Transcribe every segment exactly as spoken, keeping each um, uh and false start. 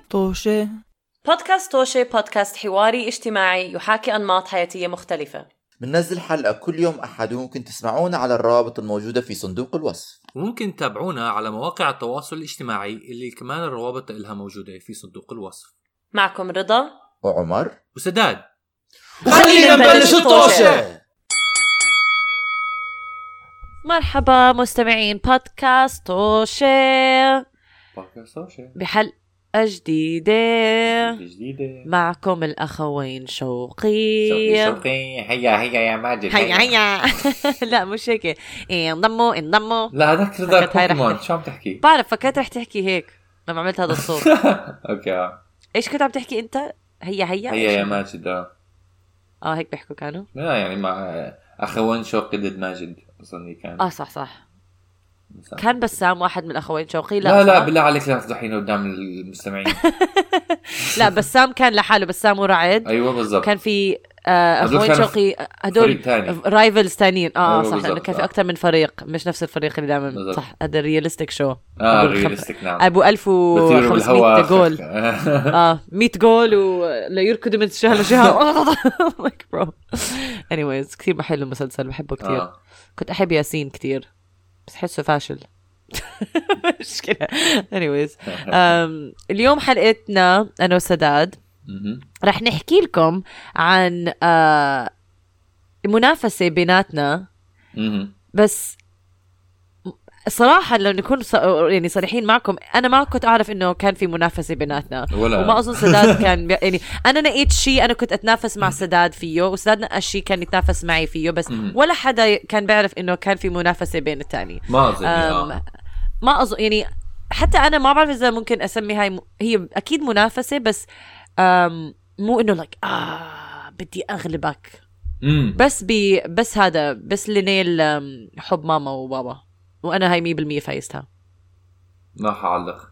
طوشة. بودكاست طوشة بودكاست حواري اجتماعي يحاكي أنماط حياتية مختلفة. بننزل حلقة كل يوم أحد، وممكن تسمعونا على الروابط الموجودة في صندوق الوصف، وممكن تتابعونا على مواقع التواصل الاجتماعي اللي كمان الروابط إلها موجودة في صندوق الوصف. معكم رضا وعمر وسداد. خلينا نبلش الطوشة. مرحبا مستمعين بودكاست طوشة بودكاست طوشة بحلقة جديدة جديدة معكم الأخوين شوقي شوقي. هيا هيا يا ماجد هيا هيا لا مش هيك، انضموا انضموا. لا هذاك رضا فكرت هاي رح بوكيمون. تحكي. شو عم تحكي؟ بعرف فكرت رح تحكي هيك لما عملت هذا الصوت. اوكي ايش كنت عم تحكي انت؟ هيا هيا هيا يا ماجد. اه اه هيك بيحكوا كانوا. لا يعني مع أخوان شوقي ضد ماجد أظني كان. اه صح صح كان بسام واحد من الأخوين شوقي. لا لا, لا لا بالله عليك لا تفضحينه قدام المستمعين. لا بسام كان لحاله، بسام ورعد. ايوه بالضبط. كان في آه اخوين شوقي هدول رايفلز ثانيين. اه أيوة صح لانه كان في اكثر من فريق، مش نفس الفريق اللي دائما. صح هذا الرياليستيك شو. اه رياليستيك نعم. ابو ألف وخمسمية جول. اه مية جول ولا يركضوا من شهر لشهر. لايك برو. انيويز كثير بحب المسلسل، بحبه كثير. آه. كنت احب ياسين كثير بس حسه فاشل. مشكلة. anyways um, اليوم حلقتنا أنا وسداد رح نحكي لكم عن uh, منافسة بيناتنا. بس صراحة لو نكون ص... يعني صريحين معكم، أنا ما كنت أعرف إنه كان في منافسة بيناتنا ولا. وما أظن سداد كان بي... يعني أنا نقيت شيء أنا كنت أتنافس مع سداد فيه، وسداد نقى شيء كان يتنافس معي فيه، بس ولا حدا كان بيعرف إنه كان في منافسة بين التاني. ما أظن أم... ما أظن يعني حتى أنا ما بعرف إذا ممكن أسمي هاي م... هي أكيد منافسة، بس أم... مو إنه لك آه بدي أغلبك. مم. بس بي بس هذا بس لنيل حب ماما وبابا، وأنا هاي مية بالمية فايزتها. ما حعلق.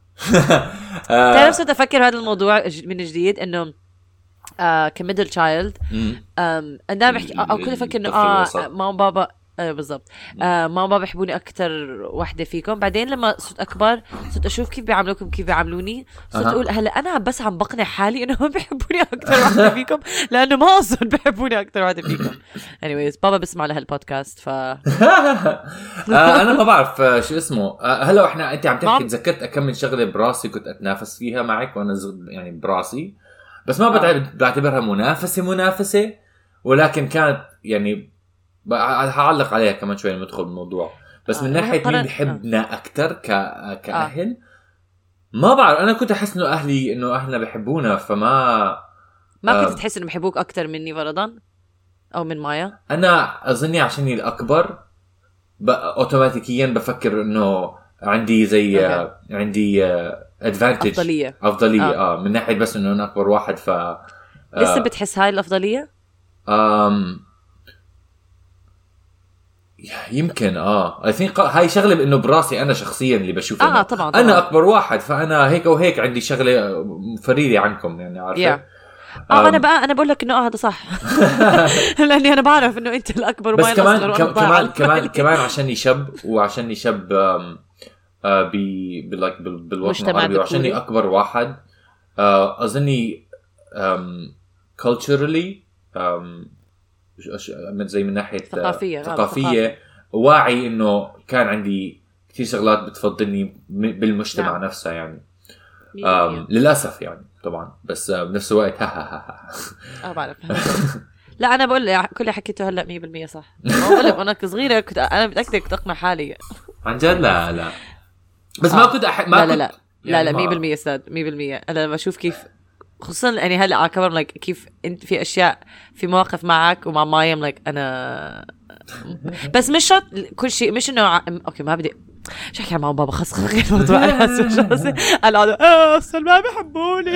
تعرف صرت أفكر هذا الموضوع من جديد إنه آه كميدل تشايلد. أنا بحكي أو كنت أفكر إنه آه ماما وبابا آه بالضبط آه ماما وبابا بيحبوني أكتر واحدة فيكم. بعدين لما صرت أكبر صرت أشوف كيف بيعاملوكم كيف بيعاملوني، صرت أقول هلا أنا بس عم بقنع حالي إنه ما بيحبوني أكتر واحدة فيكم، لأنه ما أظن بيحبوني أكتر واحدة فيكم. anyways بابا بسمع لهالبودكاست ف أنا ما بعرف شو اسمه. هلا إحنا أنت عم تحكي تذكرت أكم من شغلة براسي كنت أتنافس فيها معك وأنا يعني براسي، بس ما بعتبرها منافسة منافسة ولكن كانت يعني هعلق عليها كمان شوي لما ندخل بالموضوع. بس آه. من ناحية مين بحبنا أكتر ك... كأهل آه. ما بعرف. أنا كنت أحس إنه أهلي إنه أهلنا بحبونا، فما ما كنت آه. تحس إنه بحبوك أكتر مني فرضاً أو من مايا. أنا أظني عشاني الأكبر ب... أوتوماتيكيا بفكر إنه عندي زي آه. عندي آه. advantage أفضلية أفضلية آه. آه. من ناحية بس إنه أنا أكبر واحد ف آه. لسه بتحس هاي الأفضلية؟ أم... يمكن اه اي ثينك هاي شغله بانه براسي انا شخصيا اللي بشوفها. اه طبعا, طبعا. انا اكبر واحد فانا هيك وهيك عندي شغله فريده عنكم يعني عارفه. yeah. اه انا بقى انا بقول لك انه اه هذا صح. لاني انا بعرف انه انت الاكبر وما الاصغر. بس كمان كمان كمان كمان عشاني شاب وعشاني شاب آه بي باللايك بالوطن العربي وعشاني اكبر واحد آه اظني culturally زي من ناحية ثقافية ثقافية واعي إنه كان عندي كثير شغلات بتفضلني بالمجتمع نعم. نفسها يعني للأسف يعني طبعا، بس بنفس الوقت ها ها ها اه بعرف. لا أنا بقول لك كل اللي حكيته هلأ مية بالمية صح. بقول لك أنا صغيرة كنت أنا متأكدة كنت أقنع حالي عن جد. لا لا بس ما كنت أح... ما لا كنت لا لا يعني لا لا مية بالمية أستاذ مية بالمية. أنا لما أشوف كيف خصوصا يعني هلا على كبر لك كيف انت في اشياء في مواقف معك ومع مايا لك انا بس مش شرط كل شيء، مش انه ع... اوكي ما بدي شو احكي مع بابا خلص غير الموضوع. انا اسف انا اه اصل ما بيحبوني.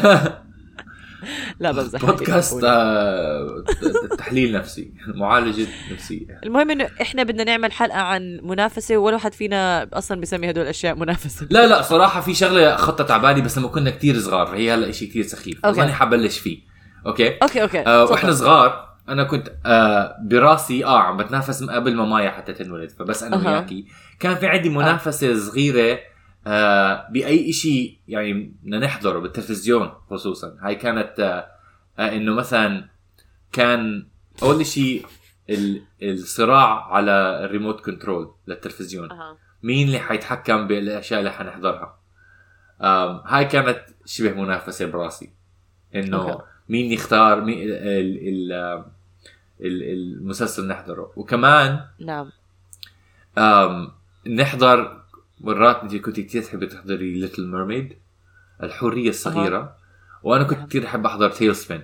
لا بمزح. بودكاست تحليل نفسي معالجة نفسية. المهم انه احنا بدنا نعمل حلقة عن منافسة ولا واحد فينا اصلا بيسمي هدول الاشياء منافسة. لا لا صراحة في شغلة خطت على بالي بس لما كنا كتير صغار، هي هلا اشي كتير سخيف اظني حبلش فيه. اوكي اوكي اوكي آه واحنا صغار انا كنت آه براسي اه عم بتنافس قبل ما مايا حتى تنولد، فبس انا وياكي كان في عندي منافسة أه. صغيرة آه باي شيء يعني بدنا نحضره بالتلفزيون خصوصا. هاي كانت آه آه انه مثلا كان اول شيء الصراع على الريموت كنترول للتلفزيون. أه. مين اللي حيتحكم بالاشياء اللي حنحضرها. آه هاي كانت شبه منافسه براسي انه أوكي. مين يختار مين ال ال ال المسلسل نحضره. وكمان نعم نحضر مرات انت كنت كثير تحبي تحضري ليتل ميرميد الحورية الصغيرة. أه. وانا كنت كثير احب احضر تيل سبين.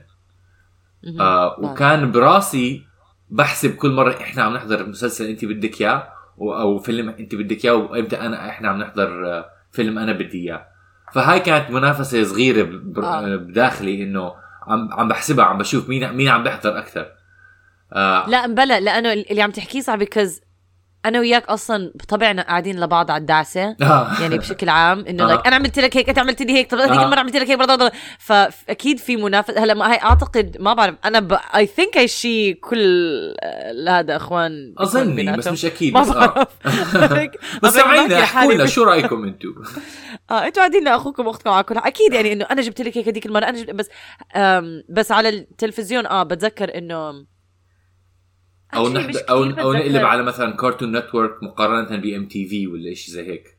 آه وكان براسي بحسب كل مرة احنا عم نحضر مسلسل انت بدك اياه او فيلم انت بدك اياه وامتى انا احنا عم نحضر فيلم انا بدي اياه. فهاي كانت منافسة صغيرة بداخلي انه عم عم بحسبها عم بشوف مين مين عم بيحضر اكثر. آه. لا مبلا لانه اللي عم تحكيه صعب بيكز انا وياك اصلا بطبعنا قاعدين لبعض على الدعسه. آه. يعني بشكل عام انه آه. انا عملت لك هيك انت عملت لي هيك طب هذيك آه. المره عملت لك هيك برضه. فاكيد في منافسه. هلا ما هي اعتقد ما بعرف انا اي ثينك هاي الشيء كل هذا اخوان اظني بس مش اكيد ما بس بعرف. آه. بس سامعينا احكوا لنا شو رايكم انتم. اه انتوا قاعدين لاخوكم واختكم على كل اكيد يعني انه انا جبت لك هيك هذيك المره انا جبت بس بس على التلفزيون اه بتذكر انه او نحضر او او نقلب على مثلا كارتون نتورك مقارنه بي ام تي في ولا شيء زي هيك.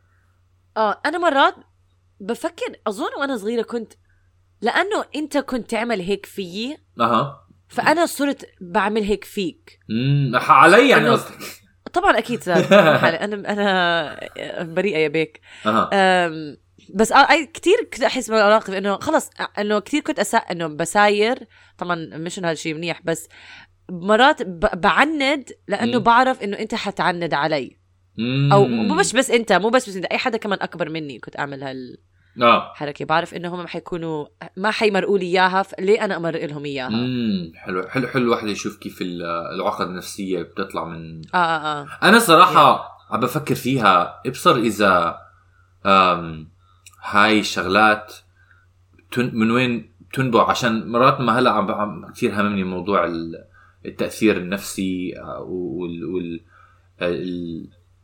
اه انا مرات بفكر اظن وانا صغيره كنت لانه انت كنت تعمل هيك فيي اها فانا صرت بعمل هيك فيك امم علي يعني قصدك. طبعا اكيد صار انا انا بريئه يا بيك. أه. بس اي كثير كنت احس بالعلاقه انه خلص انه كثير كنت اسا انه بساير طبعا مش انه هالشيء منيح بس مرات بعند لانه مم. بعرف انه انت حتعند علي. مم. او مو بس بس انت مو بس بس انت اي حدا كمان اكبر مني كنت اعمل هال اه حركه بعرف انه هم حيكونوا ما حيمرقوا لي اياها ليه انا امرق لهم اياها. امم حلو حلو حلو واحد يشوف كيف العقد النفسيه بتطلع من اه اه, آه. انا صراحه yeah. عم بفكر فيها ابصر اذا امم هاي الشغلات من وين تنبع عشان مرات ما هلا عم كثير هممني موضوع التأثير النفسي وال وال ال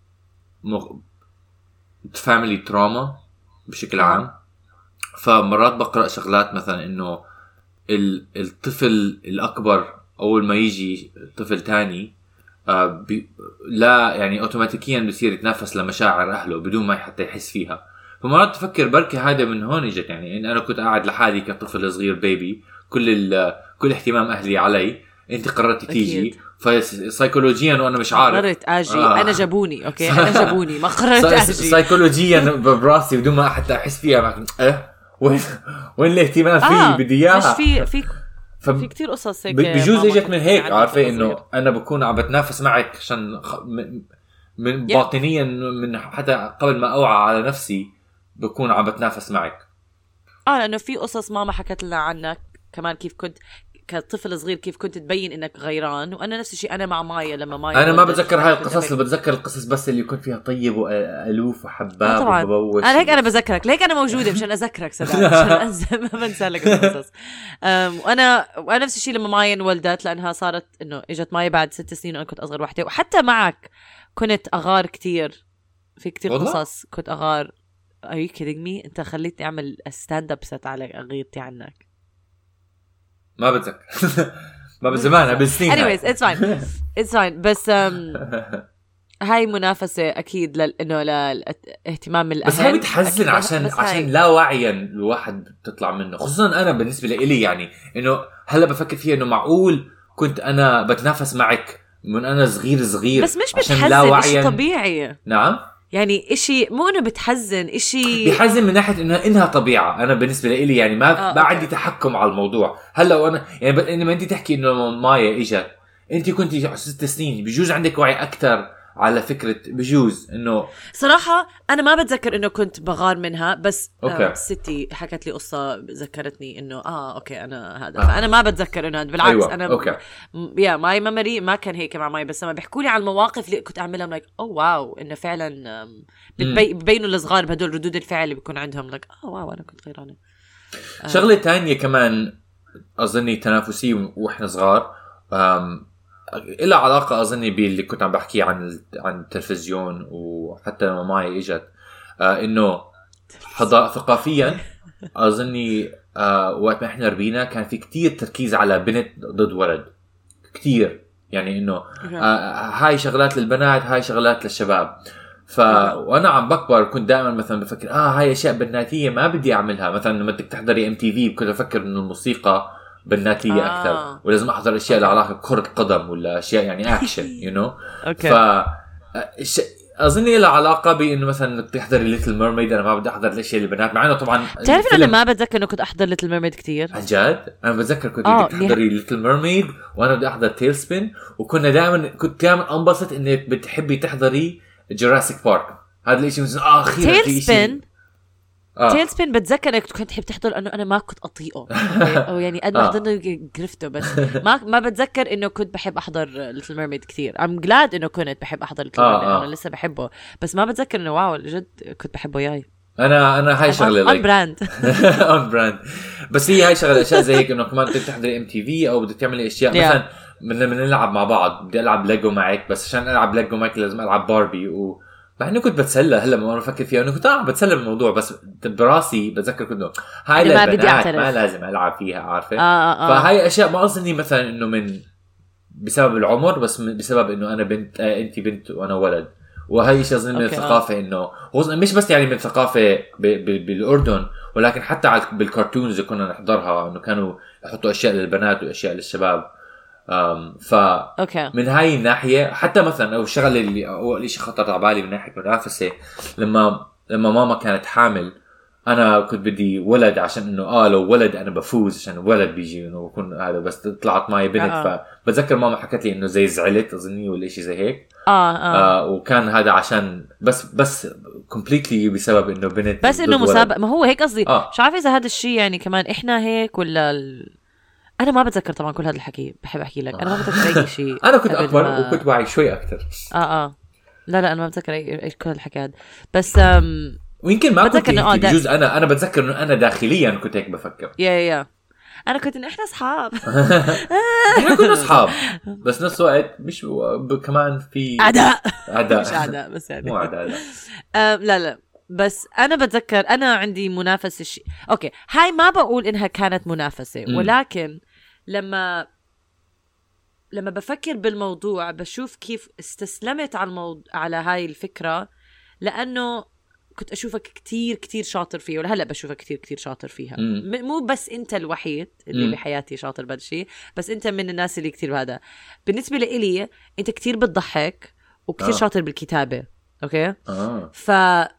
فاميلي تراما بشكل عام. فمرات بقرأ شغلات مثلا إنه الطفل الأكبر أول ما يجي طفل تاني لا يعني أوتوماتيكيا بيصير يتنافس لمشاعر أهله بدون ما حتى يحس فيها. فمرات تفكر بركة هذا من هون اجت يعني إن أنا كنت قاعد لحالي كطفل صغير بيبي كل كل اهتمام أهلي علي انت قررتي تيجي فسايكولوجيا وانا مش عارف قررت اجي آه. انا جابوني اوكي انا جابوني ما قررت اجي سايكولوجيا براسي بدون ما حتى احس فيها اه وين وين الاهتمام فيه آه. بدي اياها مش في في فب... في كتير قصص هيك بجوز اجت من هيك عارفه انه انا بكون عم بتنافس معك عشان من, من باطنيا من حتى قبل ما اوعى على نفسي بكون عم بتنافس معك. اه لانه في قصص ماما حكت لنا عنك كمان كيف كنت كطفل صغير كيف كنت تبين انك غيران. وانا نفس الشيء انا مع مايا لما مايا انا ما بتذكر هاي القصص اللي بتذكر القصص بس اللي كنت فيها طيب والوف وحباب آه وببوس. انا هيك انا بذكرك ليك انا موجوده مشان اذكرك صدق عشان انسى ما بنسى لك القصص. وانا وانا نفس الشيء لما مايا انولدت لانها صارت انه اجت مايا بعد ست سنين وانا كنت اصغر وحده. وحتى معك كنت اغار كتير في كتير قصص كنت اغار. Are you kidding me؟ انت خليتني اعمل ستاند اب ست على غيرتي عنك. ما بتذكر ما بزمانها بالسنين. anyways it's fine it's fine بس um, هاي منافسة أكيد لأنه للاهتمام الأهل. بس هاي بتحزن عشان عشان لا وعيا الواحد بتطلع منه. خصوصا أنا بالنسبة لي يعني إنه هلا بفكر فيها إنه معقول كنت أنا بتنافس معك من أنا صغير صغير بس مش بتحزن إشي طبيعي. نعم يعني إشي مو إنه بتحزن إشي بيحزن من ناحية إنها إنها طبيعة. أنا بالنسبة لي يعني ما آه ما عندي تحكم على الموضوع. هلا وأنا يعني إنما أنت تحكي إنه مايا إجت أنت كنتي ست سنين بيجوز عندك وعي أكتر على فكرة بجوز إنه صراحة أنا ما بتذكر إنه كنت بغار منها بس آه ستي حكت لي قصة ذكرتني إنه آه أوكي أنا هذا آه. فأنا ما بتذكر إنه بالعكس أيوة. أنا أوكي. يا ماي ميموري ما كان هيك مع ماي بس لما بيحكوا لي على المواقف اللي كنت أعملها لايك أوه واو إنه فعلا بتبينوا الصغار بهدول ردود الفعل اللي بيكون عندهم لايك أوه واو أنا كنت غيرانة. آه. شغلة تانية كمان أظني تنافسية وإحنا صغار إلا علاقة أظني باللي كنت عم بحكي عن عن التلفزيون وحتى لما ماي إجت آه انه حضا ثقافيا اظني آه وقت ما احنا ربينا كان في كتير تركيز على بنت ضد ولد كتير، يعني انه آه هاي شغلات للبنات هاي شغلات للشباب. ف وانا عم بكبر كنت دائما مثلا بفكر اه هاي اشياء بناتيه ما بدي اعملها. مثلا لما بدك تحضري ام تي في كنت افكر انه الموسيقى بناتيه آه. اكثر، ولازم احضر اشياء لها علاقه بكره قدم ولا اشياء يعني اكشن يو نو. ف اظن لها علاقه بانه مثلا تحضري ليتل ميرميد. انا ما بدي احضر الاشياء البنات مع انه طبعا تعرف انا ما بتذكر انه كنت احضر ليتل ميرميد كتير عن جد. انا بتذكر كنت بدي تحضري ليتل ميرميد وانا بدي احضر تيل سبين، وكنا دائما كنت دائما انبسط انك بتحبي تحضري جوراسيك بارك. هذا الشيء مثلا اه اخيرا تيل سبين آه. تيل سبين بتذكر انك كنت تحب تحضر انه انا ما كنت اطيقه او يعني قد ما اظن قرفته، بس ما ما بتذكر انه كنت بحب احضر ليتل ميرميد كثير. ام جلاد انه كنت بحب احضر ليتل ميرميد آه. انا لسه بحبه، بس ما بتذكر انه واو جد كنت بحبه ياي. انا انا هاي شغله اون براند اون براند. بس هي هاي شغله اشياء زي هيك انه كمان بدك تحضري ام تي في او بدك تعملي اشياء yeah. مثلا بدنا نلعب مع بعض، بدي العب ليجو معك، بس عشان العب ليجو معك لازم العب باربي. و مع انه كنت بتسلى هلا ما انا بفكر فيها انه كنت عم بتسلى بالموضوع، بس براسي بتذكر كنت هاي للبنات ما لازم العب فيها عارفه. آه آه. فهاي اشياء ما اظني مثلا انه من بسبب العمر، بس بسبب انه انا بنت آه انت بنت وانا ولد. وهي شيء اظن من الثقافه انه مش بس يعني من الثقافه بالاردن، ولكن حتى بالكرتونز اللي كنا نحضرها انه كانوا يحطوا اشياء للبنات واشياء للشباب. أم ف أوكي. من هاي الناحية حتى مثلا أو الشغلة اللي أول شيء خطر على بالي من ناحية منافسة، لما لما ماما كانت حامل أنا كنت بدي ولد عشان إنه آه لو ولد أنا بفوز عشان ولد بيجي إنه بكون هذا، بس طلعت معي بنت. آه. فبتذكر ماما حكت لي إنه زي زعلت أظني ولا شيء زي هيك. آه آه. آه وكان هذا عشان بس بس completely بسبب إنه بنت، بس إنه مسابقة. ما هو هيك قصدي. آه. مش عارفة إذا هذا الشيء يعني كمان إحنا هيك ولا ال... أنا ما بتذكر طبعا كل هذا الحكي، بحب أحكي لك أنا ما بتذكر أي شيء. أنا كنت أكبر ما... وكنت واعي شوي أكتر. آه آه لا لا أنا ما بتذكر أي أي كل الحكي هذا، بس أم... ويمكن ما كنت هيك دا... بجوز أنا أنا بتذكر إنه أنا داخليا كنت هيك بفكر. يا يا أنا كنت إنه إحنا أصحاب. إحنا كنا أصحاب بس نفس الوقت مش و... كمان في أعداء. أعداء مش أعداء بس يعني مو أعداء لا. أم... لا لا بس أنا بتذكر أنا عندي منافسة شيء. أوكي هاي ما بقول إنها كانت منافسة م. ولكن لما لما بفكر بالموضوع بشوف كيف استسلمت على الموضوع على هاي الفكرة، لأنه كنت أشوفك كتير كتير شاطر فيها، ولا هلأ بشوفك كتير كتير شاطر فيها. م- مو بس أنت الوحيد اللي م. بحياتي شاطر بهالشي، بس أنت من الناس اللي كتير هذا. بالنسبة لإلي أنت كتير بتضحك وكتير آه. شاطر بالكتابة. أوكي آه. ف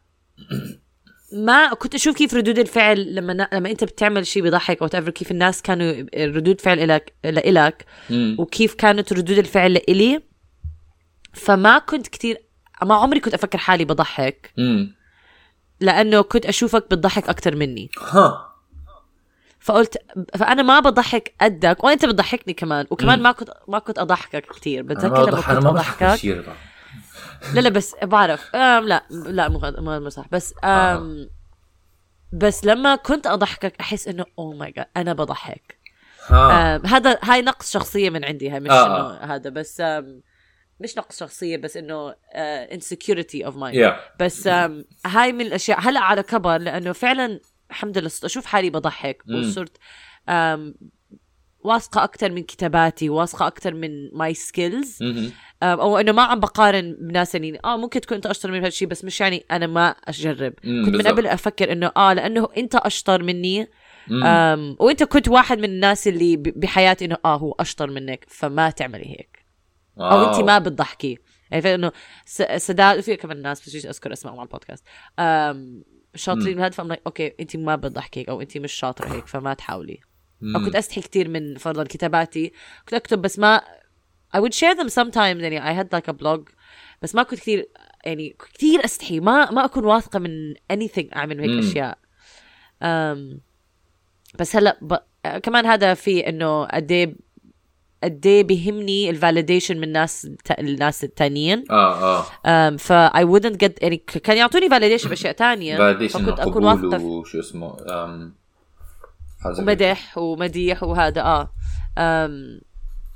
ما كنت أشوف كيف ردود الفعل لما ن... لما أنت بتعمل شيء بيضحك أو تعرف كيف الناس كانوا ردود فعل إلك لإلك وكيف كانت ردود الفعل لإلي. فما كنت كتير ما عمري كنت أفكر حالي بضحك مم. لأنه كنت أشوفك بتضحك أكتر مني. ها فقلت فأنا ما بضحك قدك وأنت بتضحكني كمان، وكمان مم. ما كنت ما كنت أضحكك كتير. بتذكر لما كنت أضحكك لا لا بس بعرف أم لا لا مو مو مو صح بس أم آه. بس لما كنت أضحكك أحس إنه أوه ماي جاد أنا بضحك. آه. هذا هاي نقص شخصية من عندي، هاي مش آه. إنه هذا بس مش نقص شخصية بس إنه uh, insecurity of mine. yeah. بس um, هاي من الأشياء هلأ على كبر، لأنه فعلا الحمد لله أشوف حالي بضحك mm. وصرت um, واثقة أكتر من كتاباتي، واثقة أكتر من my skills. mm-hmm. um, أو إنه ما عم بقارن بناس يعني آه ممكن تكون أنت أشطر من هالشي، بس مش يعني أنا ما أجرب. mm, كنت من قبل أفكر إنه آه لأنه أنت أشطر مني mm. um, وأنت كنت واحد من الناس اللي بحياتي إنه آه هو أشطر منك فما تعملي هيك أو أنت ما بتضحكي. يعني فإنه سداد وفي كمان ناس بس أذكر اسمعهم على البودكاست شاطرين بهذا، فأنا أوكي أنت ما بتضحكي أو أنت مش شاطرة هيك فما تحاولي. مم. أو كنت أستحي كتير من فرضاً كتاباتي، كنت أكتب بس ما I would share them sometimes يعني I had like a blog بس ما كنت كتير يعني كتير أستحي ما ما أكون واثقة من anything أعمل هيك مم. أشياء. أم بس هلأ ب... كمان هذا في إنه قديه قديه بيهمني الفاليديشن من الناس الناس التانيين. اه اه ف I wouldn't get يعني كان يعطوني فاليديشن بأشياء تانية فكنت أكون واثقة وشو اسمه أم ومدح ومديح وهذا اه أم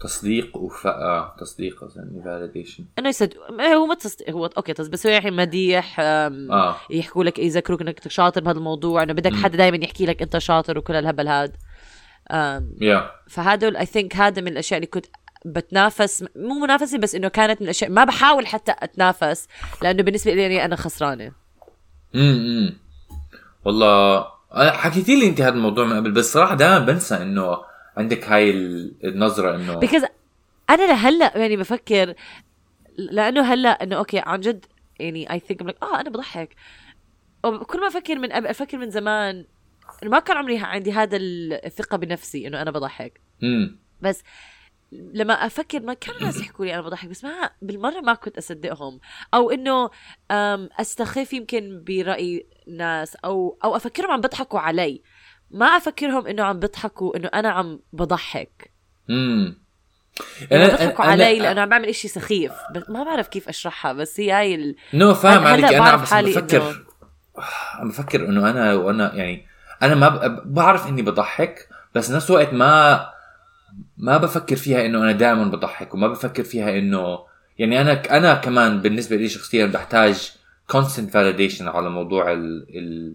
تصديق وفاء تصديق يعني فاليديشن انه يصد هو ما تصديق هو اوكي بس هو يعني مديح آه. يحكوا لك يذكروك انك شاطر بهذا الموضوع انه بدك حدا دائما يحكي لك انت شاطر وكل الهبل هذا yeah. فهذول اي ثينك هذا من الاشياء اللي كنت بتنافس مو منافسه بس انه كانت من الاشياء ما بحاول حتى اتنافس لانه بالنسبه لي انا خسرانه. امم والله حكيتي لي انت هذا الموضوع من قبل بس صراحه دائما بنسى انه عندك هاي النظره انه because انا لهلا يعني بفكر لانه هلا انه اوكي عن جد يعني اي ثينك اه انا بضحك وكل ما افكر من قبل افكر من زمان ما كان عمري عندي هذا الثقه بنفسي انه انا بضحك. امم بس لما افكر ما كانوا الناس يحكوا لي انا بضحك بس ما بالمره ما كنت اصدقهم او انه استخف يمكن براي ناس او او افكرهم عم بيضحكوا علي ما افكرهم انه عم بيضحكوا انه انا عم بضحك. امم انا بيضحكوا علي لانه عم بعمل إشي سخيف بس ما بعرف كيف اشرحها بس هي هاي ال... نو فاهم عليك انا عم بفكر إنه... عم بفكر انه انا وانا يعني انا ما ب... بعرف اني بضحك بس نفس الوقت ما ما بفكر فيها انه انا دائما بضحك وما بفكر فيها انه يعني انا انا كمان بالنسبه لي شخصيا بحتاج constant validation على موضوع ال ال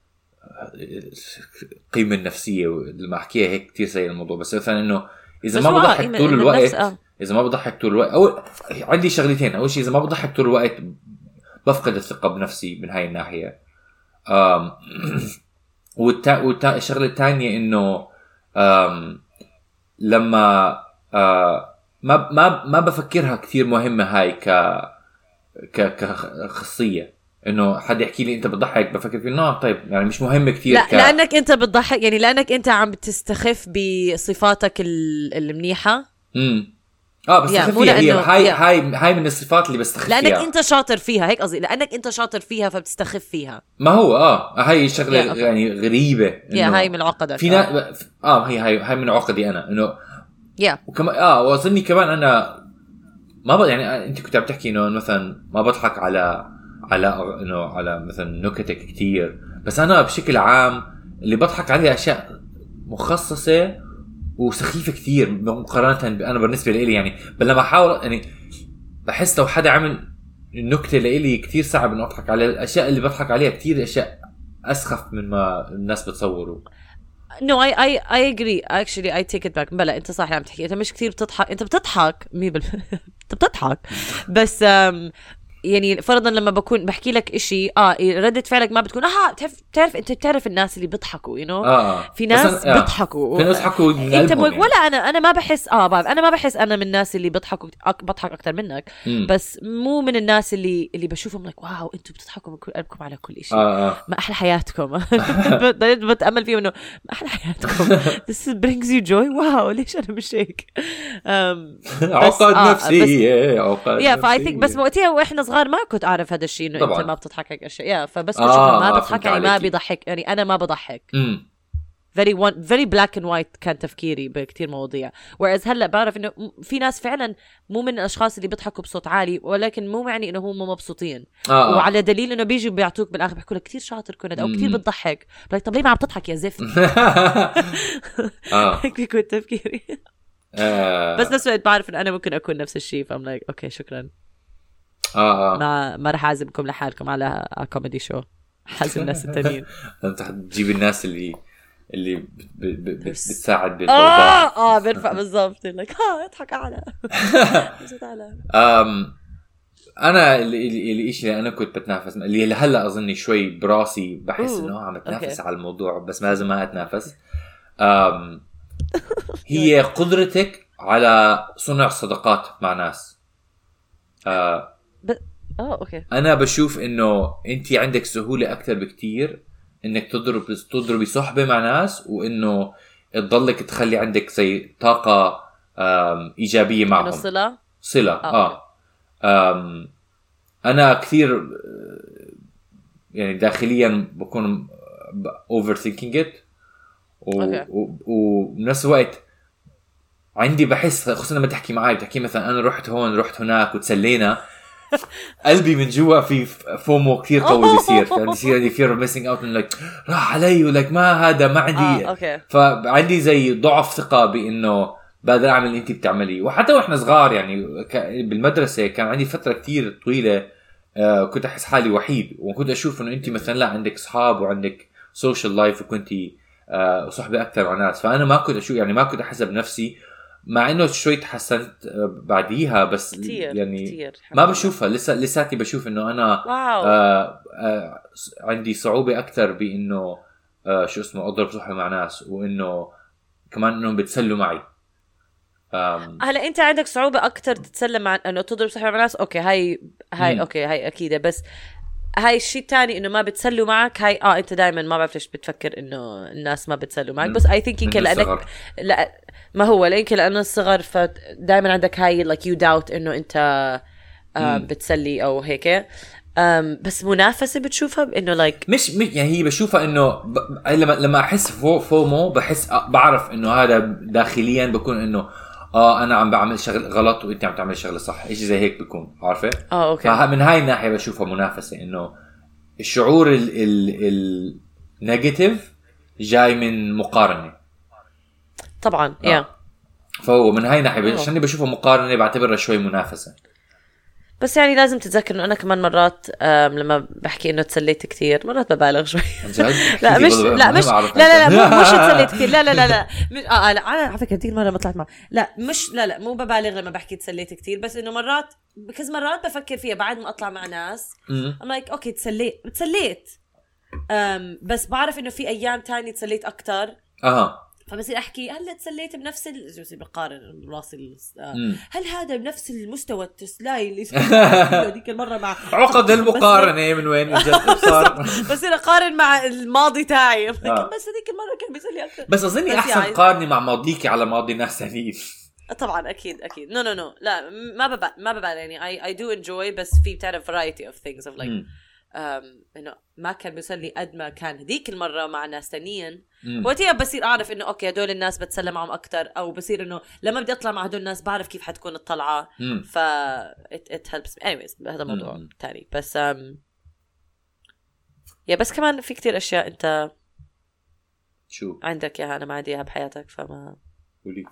القيمه النفسيه لما احكيها هيك كتير سيء الموضوع بس مثلا انه اذا ما بضحك طول الوقت اذا ما بضحك طول الوقت او عندي شغلتين اول شيء اذا ما بضحك طول الوقت بفقد الثقه بنفسي من هاي الناحيه امم والتا والتا الشغله الثانيه انه امم لما آه ما ما ما بفكرها كثير مهمه هاي ك ك كخصيه انه حد يحكي لي انت بتضحك بفكر فيه انه طيب يعني مش مهم كثير لا ك... لانك انت بتضحك يعني لانك انت عم بتستخف بصفاتك المنيحه امم اه بس فيها هي هاي يا. هاي هاي من الصفات اللي بستخف لانك فيها لانك انت شاطر فيها هيك قصدي لانك انت شاطر فيها فبتستخف فيها ما هو اه هاي شغله يعني غريبه يا هاي من عقدك في نا... اه هي هاي هاي من عقدي انا انه يا وكمان اه واظني كمان انا ما ب... يعني انت كنت عم تحكي انه مثلا ما بضحك على على انه على مثلا نكتك كتير بس انا بشكل عام اللي بضحك عليه اشياء مخصصه وسخيفه كتير مقارنه انا بالنسبه لي يعني بل لما احاول يعني بحس لو حدا عمل النكته لي كتير صعب انه اضحك على الاشياء اللي بضحك عليها كتير اشياء اسخف من ما الناس بتصوروا. No, I I I agree. Actually, I take it back. بلا أنت صح اللي عم تحكي. أنت مش كتير بتضحك. أنت بتضحك مي بال. أنت بتضحك. بس um, يعني فرضاً لما بكون بحكي لك إشي آه ردة فعلك ما بتكون آه بتعرف بتعرف أنت بتعرف الناس اللي بيضحكوا you know آه. في ناس بيضحكوا في ناس بيضحكوا أنت يعني. ولا أنا أنا ما بحس آه بعرف أنا ما بحس أنا من الناس اللي بيضحكوا أك... بضحك أكتر منك م. بس مو من الناس اللي اللي بشوفهم لك واو أنتوا بتضحكوا من كل قلبكم على كل إشي آه آه. ما أحلى حياتكم بتأمل فيهم إنه ما أحلى حياتكم this brings you joy واو ليش أنا مش هيك عقد نفسية عقد يا فاي ثينك بس وقتها واحنا صغار ما كنت اعرف هذا الشيء انه طبعاً. انت ما بتضحك هيك اشياء يا فبس كنت آه ما بضحك يعني ما بيضحك يعني انا ما بضحك امم very one very black and white كان تفكيري بكتير مواضيع whereas هلا بعرف انه في ناس فعلا مو من الاشخاص اللي بيضحكوا بصوت عالي ولكن مو معني انه هم مبسوطين آه. وعلى دليل انه بيجوا بيعطوك بالاخر بيحكوا لك كثير شاطر كنت او كثير بتضحك بلاك طب ليه ما عم تضحك يا زفت اه هيك بيكون تفكيري بس نفس الوقت بعرف انه انا ممكن اكون نفس الشيء فام لايك اوكي شكرا اه ما ما رح اعزمكم لحالكم على كوميدي شو حازم الناس التانيين انت حتجيب الناس اللي اللي ب... ب... ب... بتساعد بالموضوع اه اه بيرفع بالضبط لك ها اضحك على على ام انا اللي الشيء اللي انا كنت بتنافس اللي هلا اظني شوي براسي بحس انه عم بتنافس على الموضوع بس ما لازم ما اتنافس ام هي قدرتك على صنع صداقات مع ناس. اه اه اوكي انا بشوف انه انت عندك سهوله اكثر بكتير انك تضرب تضربي صحبه مع ناس وانه تضلك تخلي عندك زي طاقه ايجابيه معهم صله صله اه, آه. انا كثير يعني داخليا بكون اوفر ثينكينج ات وبنفس الوقت عندي بحس خصوصا لما تحكي معي بتحكي مثلا انا رحت هون رحت هناك وتسلينا قلبي من جوا في فومو كثير قوي بيصير يعني بيصير عندي فير ميسينج اوت من لك راح علي ولك ما هذا ما عندي آه، أوكي. فعندي زي ضعف ثقه بانه بقدر اعمل اللي انت بتعمليه. وحتى واحنا صغار يعني بالمدرسه كان عندي فتره كتير طويله آه كنت احس حالي وحيد، وكنت اشوف انه انت مثلا لا عندك اصحاب وعندك سوشيال لايف وكنتي آه صحبه اكثر مع ناس، فانا ما كنت اشوف يعني ما كنت احس بنفسي، مع انه شوي تحسنت بعديها بس كتير يعني كتير ما بشوفها لسه لساتي بشوف انه انا آه آه عندي صعوبه اكثر بانه آه شو اسمه اضرب صحبه مع ناس، وانه كمان انهم بتسلوا معي. هلا انت عندك صعوبه اكثر تتسلى مع انه تضرب صحبه مع ناس، اوكي هاي هاي م. اوكي هاي اكيده، بس هاي الشيء الثاني انه ما بتسلوا معك، هاي اه انت دائما ما بعرف ليش بتفكر انه الناس ما بتسلوا معك، بس اي ثينك يمكن لانك لا ما هو يمكن لانه الصغر فدائما عندك هاي لايك يو داوت انه انت آه بتسلي او هيك. أم بس منافسه بتشوفها انه لايك مش مش يعني هي بشوفها انه ب... لما لما احس فو فومو بحس بعرف انه هذا داخليا بكون انه اه انا عم بعمل شغل غلط وانت عم تعمل شغله صح، شيء زي هيك بكون عارفه. اه اوكي. فمن هاي الناحيه بشوفها منافسه، انه الشعور ال ال النيجاتيف جاي من مقارنه طبعا. يا آه. فهو من هاي الناحيه عشان بشوفها مقارنه بعتبرها شوي منافسه. بس يعني لازم تتذكر انه انا كمان مرات لما بحكي انه تسليت كثير مرات ببالغ شوي. لا مش لا مش لا لا لا مو مش تسليت كثير لا لا لا لا مش اه لا انا على فكره كثير مره ما طلعت معه لا مش لا لا مو ببالغ لما بحكي تسليت كثير، بس انه مرات كذا مرات بفكر فيها بعد ما اطلع مع ناس I'm like اوكي تسليت تسليت أم بس بعرف انه في ايام تانية تسليت اكتر اها فبصير احكي هل تسليت بنفس ال... بقارن راسي هل هذا بنفس المستوى التسلاي اللي هذيك المره مع عقد المقارنه من وين اجت صار بصير اقارن مع الماضي تاعي. آه. بس هذيك المره كان بيسلي اكثر، بس اظني احسن يعني... قارني مع ماضيكي على ماضي ناس ثانيين. طبعا اكيد اكيد نو نو نو لا ما ببال ما ببال يعني اي اي دو انجوي، بس في بتعرف فرايتي اوف ثينجز اوف لايك انه ما كان بيسلي قد ما كان هذيك المره مع ناس ثانيين. وقتها بصير اعرف انه اوكي هدول الناس بتسلى معهم اكثر، او بصير انه لما بدي اطلع مع هدول الناس بعرف كيف حتكون الطلعه ف it, it helps me anyways. هذا موضوع ثاني بس um... يا بس كمان في كتير اشياء انت شو عندك اياها انا ما عندي اياها بحياتك فما قولي.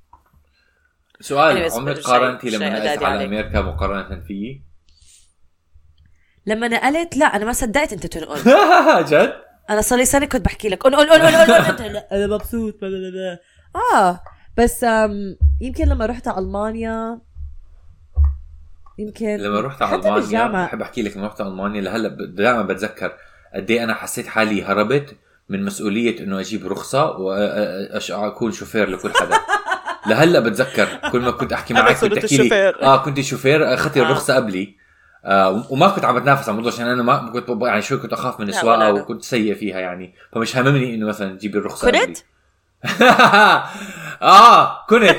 سؤال عمرك قارنتي لما نقلت على عليك. امريكا مقارنه فيي؟ لما نقلت لا انا ما صدقت انت تنقل. جد انا صار لي سنه كنت بحكي لك قول قول قول قول لا انا مبسوط اه بس يمكن لما رحت على المانيا يمكن لما رحت على المانيا بحب احكي لك لما رحت على المانيا لهلا دائما بتذكر قد ايه انا حسيت حالي هربت من مسؤوليه انه اجيب رخصه واكون شوفير لكل حدا. لهلا بتذكر كل ما كنت احكي معك كنت تحكي لي اه كنت شوفير اخذت الرخصه قبلي. آه وما كنت عم بتنافس على الموضوع عشان انا ما كنت يعني شوي كنت اخاف من السواقه وكنت سيء فيها يعني، فمش هممني انه مثلا تجيب الرخصه كنت اه كنت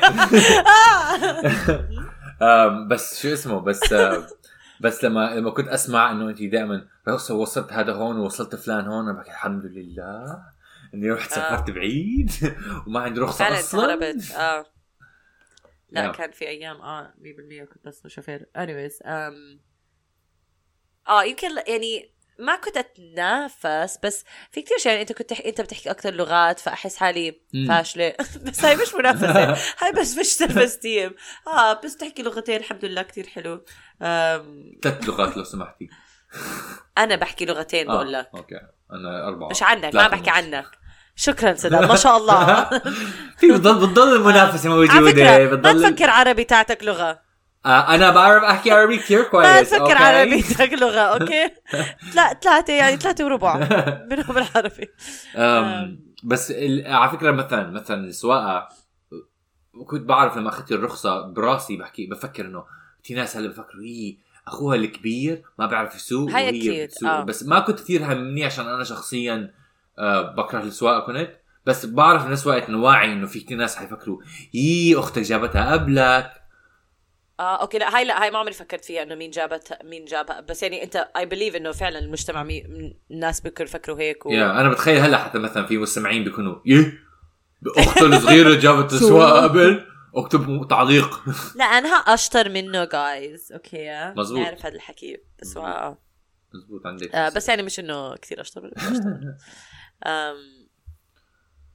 آه بس شو اسمه بس آه بس لما لما كنت اسمع انه انت دائما وصلت هذا هون ووصلت فلان هون انا بحكي الحمد لله اني رحت سافرت آه. بعيد وما عندي رخصه اصلا. اه لا yeah. كان في ايام اه مية بالمية كنت بس شوفير anyways um... اه يمكن يعني ما كنت اتنافس، بس في كتير شيء يعني انت كنت انت بتحكي اكتر لغات فاحس حالي فاشله. بس هاي مش منافسه هاي بس مش سيلف استيم. اه بس تحكي لغتين الحمد لله كتير حلو. ثلاث لغات لو سمحتي. انا بحكي لغتين بقول لك. آه. اوكي انا اربعه مش عنك ما بحكي عنك. شكرا سداد ما شاء الله. في بتضل بتضل المنافسه موجوده. بتضل ما تفكر عربي تاعتك لغه. آه انا بعرف احكي عربي كثير كويس. ما تفكر عربي تاعك لغه اوكي. ثلاثه يعني ثلاثه وربع منهم العربي. بس على فكره مثلا مثلا السواقه كنت بعرف لما اخذت الرخصه براسي بحكي بفكر انه في ناس هلا بفكروا هي اخوها الكبير ما بيعرف يسوق وهي بتسوق. آه. بس ما كنت كثير همني عشان انا شخصيا آه بكره السواقه كنت، بس بعرف نفس وقت انه واعي انه في كثير ناس حيفكروا هي اختك جابتها قبلك. اه اوكي لا هاي لا هاي ما عمري فكرت فيها انه مين جابت مين جابها، بس يعني انت اي بليف انه فعلا المجتمع مي... الناس بيكونوا يفكروا هيك و... يا انا بتخيل هلا حتى مثلا في مستمعين بيكونوا ايه اختها الصغيره جابت السواقه قبل اكتب تعليق. لا انا اشطر منه جايز اوكي مزبوط نعرف هذا الحكي بس اه مزبوط عندك آه بس يعني مش انه كثير اشطر منه.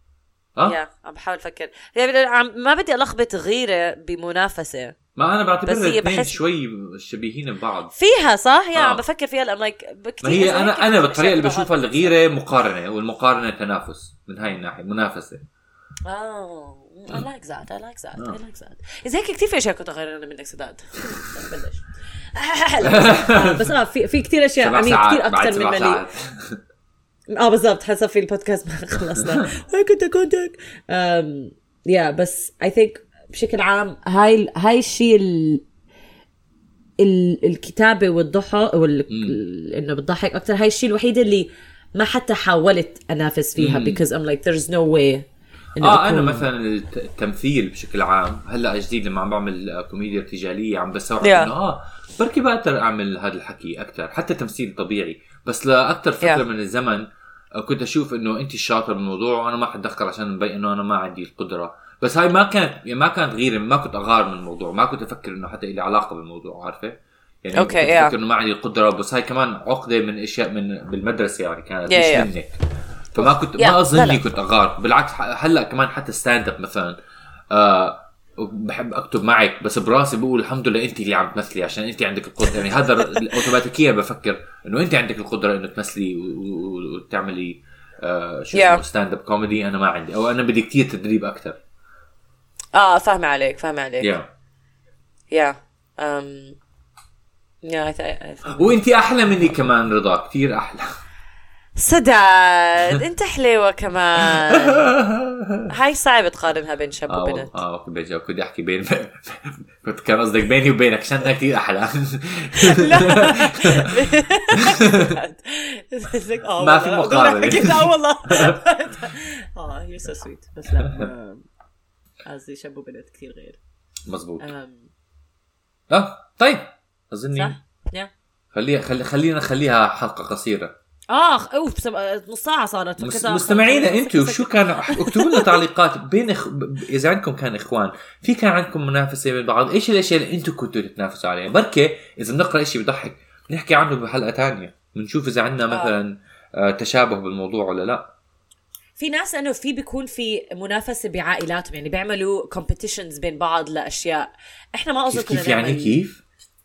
اه يا عم بحاول افكر ما بدي الخبط غيره بمنافسه ما انا بعتبر الاثنين بحس... شوي شبيهين ببعض فيها صح يا عم آه. بفكر فيها لأ لايك ما هي انا انا بالطريقه اللي بشوفها الغيره مقارنه والمقارنه تنافس من هاي الناحيه منافسه. اه I like that I like that I like that إذا هيك كتير في أشياء كنت أغير أنا منك سداد. بلش بس آه في في كتير أشياء يعني كتير أكتر من ملي. اه بالضبط حسب في البودكاست ما خلصنا هاي كنت كنتك um, يا yeah, بس I think بشكل عام هاي هاي الشيء ال... ال... الكتابة والضحك وال... إنه بتضحك أكتر هاي الشيء الوحيد اللي ما حتى حاولت أنافس فيها مم. because I'm like there's no way اه أكون... أنا مثلا التمثيل بشكل عام هلا جديد لما عم بعمل كوميديا ارتجالية عم بستوعب yeah. إنه آه بركي بقدر أعمل هذا الحكي أكتر حتى تمثيل طبيعي بس لأكتر فترة yeah. من الزمن كنت أشوف إنه أنت الشاطر بالموضوع وأنا ما حتدخل عشان نبين إنه أنا ما عندي القدرة. بس هاي ما كانت يعني ما كانت غيرة ما كنت أغار من الموضوع ما كنت أفكر إنه حتى إلي علاقة بالموضوع عارفة يعني okay, كنت أفكر yeah. إنه ما عندي القدرة بس هاي كمان عقدة من أشياء من بالمدرسة يعني كانت yeah, مش yeah. منك فما كنت yeah, ما أظن لي كنت أغار بالعكس هلأ كمان حتى ستاند اب مثلا آه بحب أكتب معك بس براسي بقول الحمد لله أنت اللي عم تمثلي عشان أنت عندك القدرة يعني هذا أوتوماتيكيا بفكر إنه أنت عندك القدرة إنه تمثلي وتعملي آه شو اسمه ستاند اب كوميدي أنا ما عندي أو أنا بدي كتير تدريب أكتر. اه فاهم عليك فاهم عليك يا يا ام يا وانتي احلى مني كمان رضا كتير احلى سداد انت حلوة كمان هاي صعب تقارنها بين شاب آه وبنت. اه اوكي بيجي كنت احكي بين كنت كان قصدك بيني وبينك عشان انا كتير احلى. ما في مقارنة لا والله اه you're so sweet بس لا قصدي شاب وبنت كتير غير مزبوط. اه طيب اظني خليها خلي خلينا نخليها حلقة قصيرة. اه اوف نص ساعه صارت. مستمعينا انتم شو كان اكتبوا لنا تعليقات بين إخ... اذا عندكم كان اخوان في كان عندكم منافسه بين بعض ايش الاشياء اللي انتم كنتوا تتنافسوا عليها بركه اذا بنقرا شيء بيضحك نحكي عنه بحلقه تانية بنشوف اذا عندنا مثلا آه تشابه بالموضوع ولا لا. في ناس انه في بيكون في منافسه بعائلاتهم يعني بيعملوا كومبيتيشنز بين بعض لاشياء احنا ما اظن كنا يعني كيف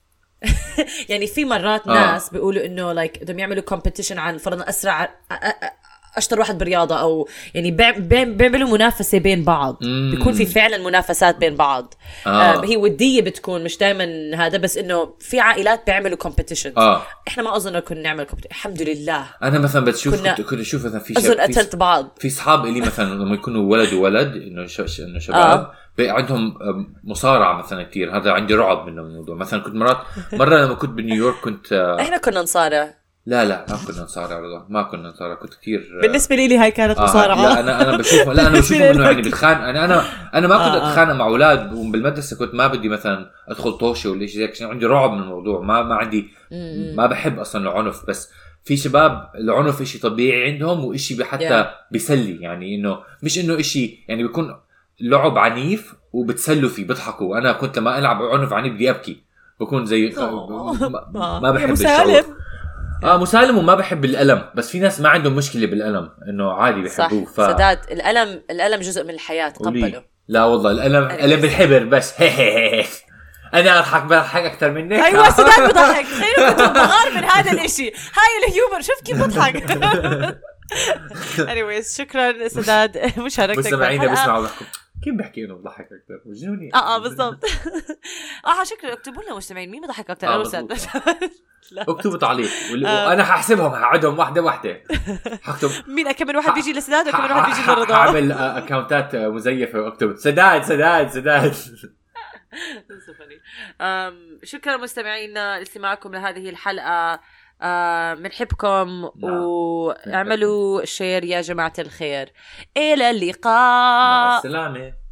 يعني في مرات ناس آه. بيقولوا انه لايك بدهم يعملوا كومبيتيشن عن فرضا اسرع اشطر واحد برياضه او يعني بيعملوا منافسه بين بعض مم. بيكون في فعلا منافسات بين بعض آه. آه هي وديه بتكون مش دائما هذا بس انه في عائلات بيعملوا كومبيتيشن آه. احنا ما اظن كنا نعمل كومبيتيشن الحمد لله. انا مثلا بتشوف كنت كنت اشوف مثلا في اظن قتلت بعض في اصحاب اللي مثلا لما يكونوا ولد وولد انه ش... انه شباب آه. عندهم مصارعة مثلا كتير هذا عندي رعب منه الموضوع. مثلا كنت مرات مرة لما كنت بنيويورك كنت احنا كنا نصارع لا لا ما كنا نصارع رضا ما كنا نصارع كنت كتير بالنسبة لي هاي كانت مصارعة. آه لا أنا أنا بشوف لا أنا بشوف إنه يعني بتخان أنا أنا أنا ما كنت أتخانق مع أولاد وبالمدرسة كنت ما بدي مثلا أدخل طوشة ولا شيء زي كذا عندي رعب من الموضوع ما ما عندي ما بحب أصلا العنف. بس في شباب العنف إشي طبيعي عندهم وإشي حتى بيسلي يعني إنه مش إنه إشي يعني بيكون لعب عنيف وبتسلوا فيه بيضحكوا. أنا كنت لما ألعب عنف عنيف بدي أبكي بكون زي ما, ما بحب الشعور اه مسالم وما بحب الألم. بس في ناس ما عندهم مشكلة بالألم إنه عادي بيحبوه. ف... سداد الألم الألم جزء من الحياة تقبله. لا والله الألم ألم بالحبر بس أنا أضحك بضحك أكتر منك. أيوة سداد بضحك تخيلوا كنت بغار من هذا الإشي هاي الهيومر شوف كيف بضحك. anyways شكرا سداد مشاركتك. مستمعينا بيسمعوا بحكم كيف بحكي انه بضحك اكثر مجنوني. اه اه بالضبط. اه شكرا اكتبوا لنا مستمعين مين بضحك اكثر انا وسداد. اكتبوا تعليق وانا ححسبهم هقعدهم واحده واحده حكتب مين اكمل واحد بيجي لسداد وكمل واحد بيجي لرضا. هعمل اكونتات مزيفه واكتب سداد سداد سداد. شكرا مستمعينا لاستماعكم لهذه الحلقه. بنحبكم واعملوا شير يا جماعة الخير. إلى اللقاء. مع السلامة.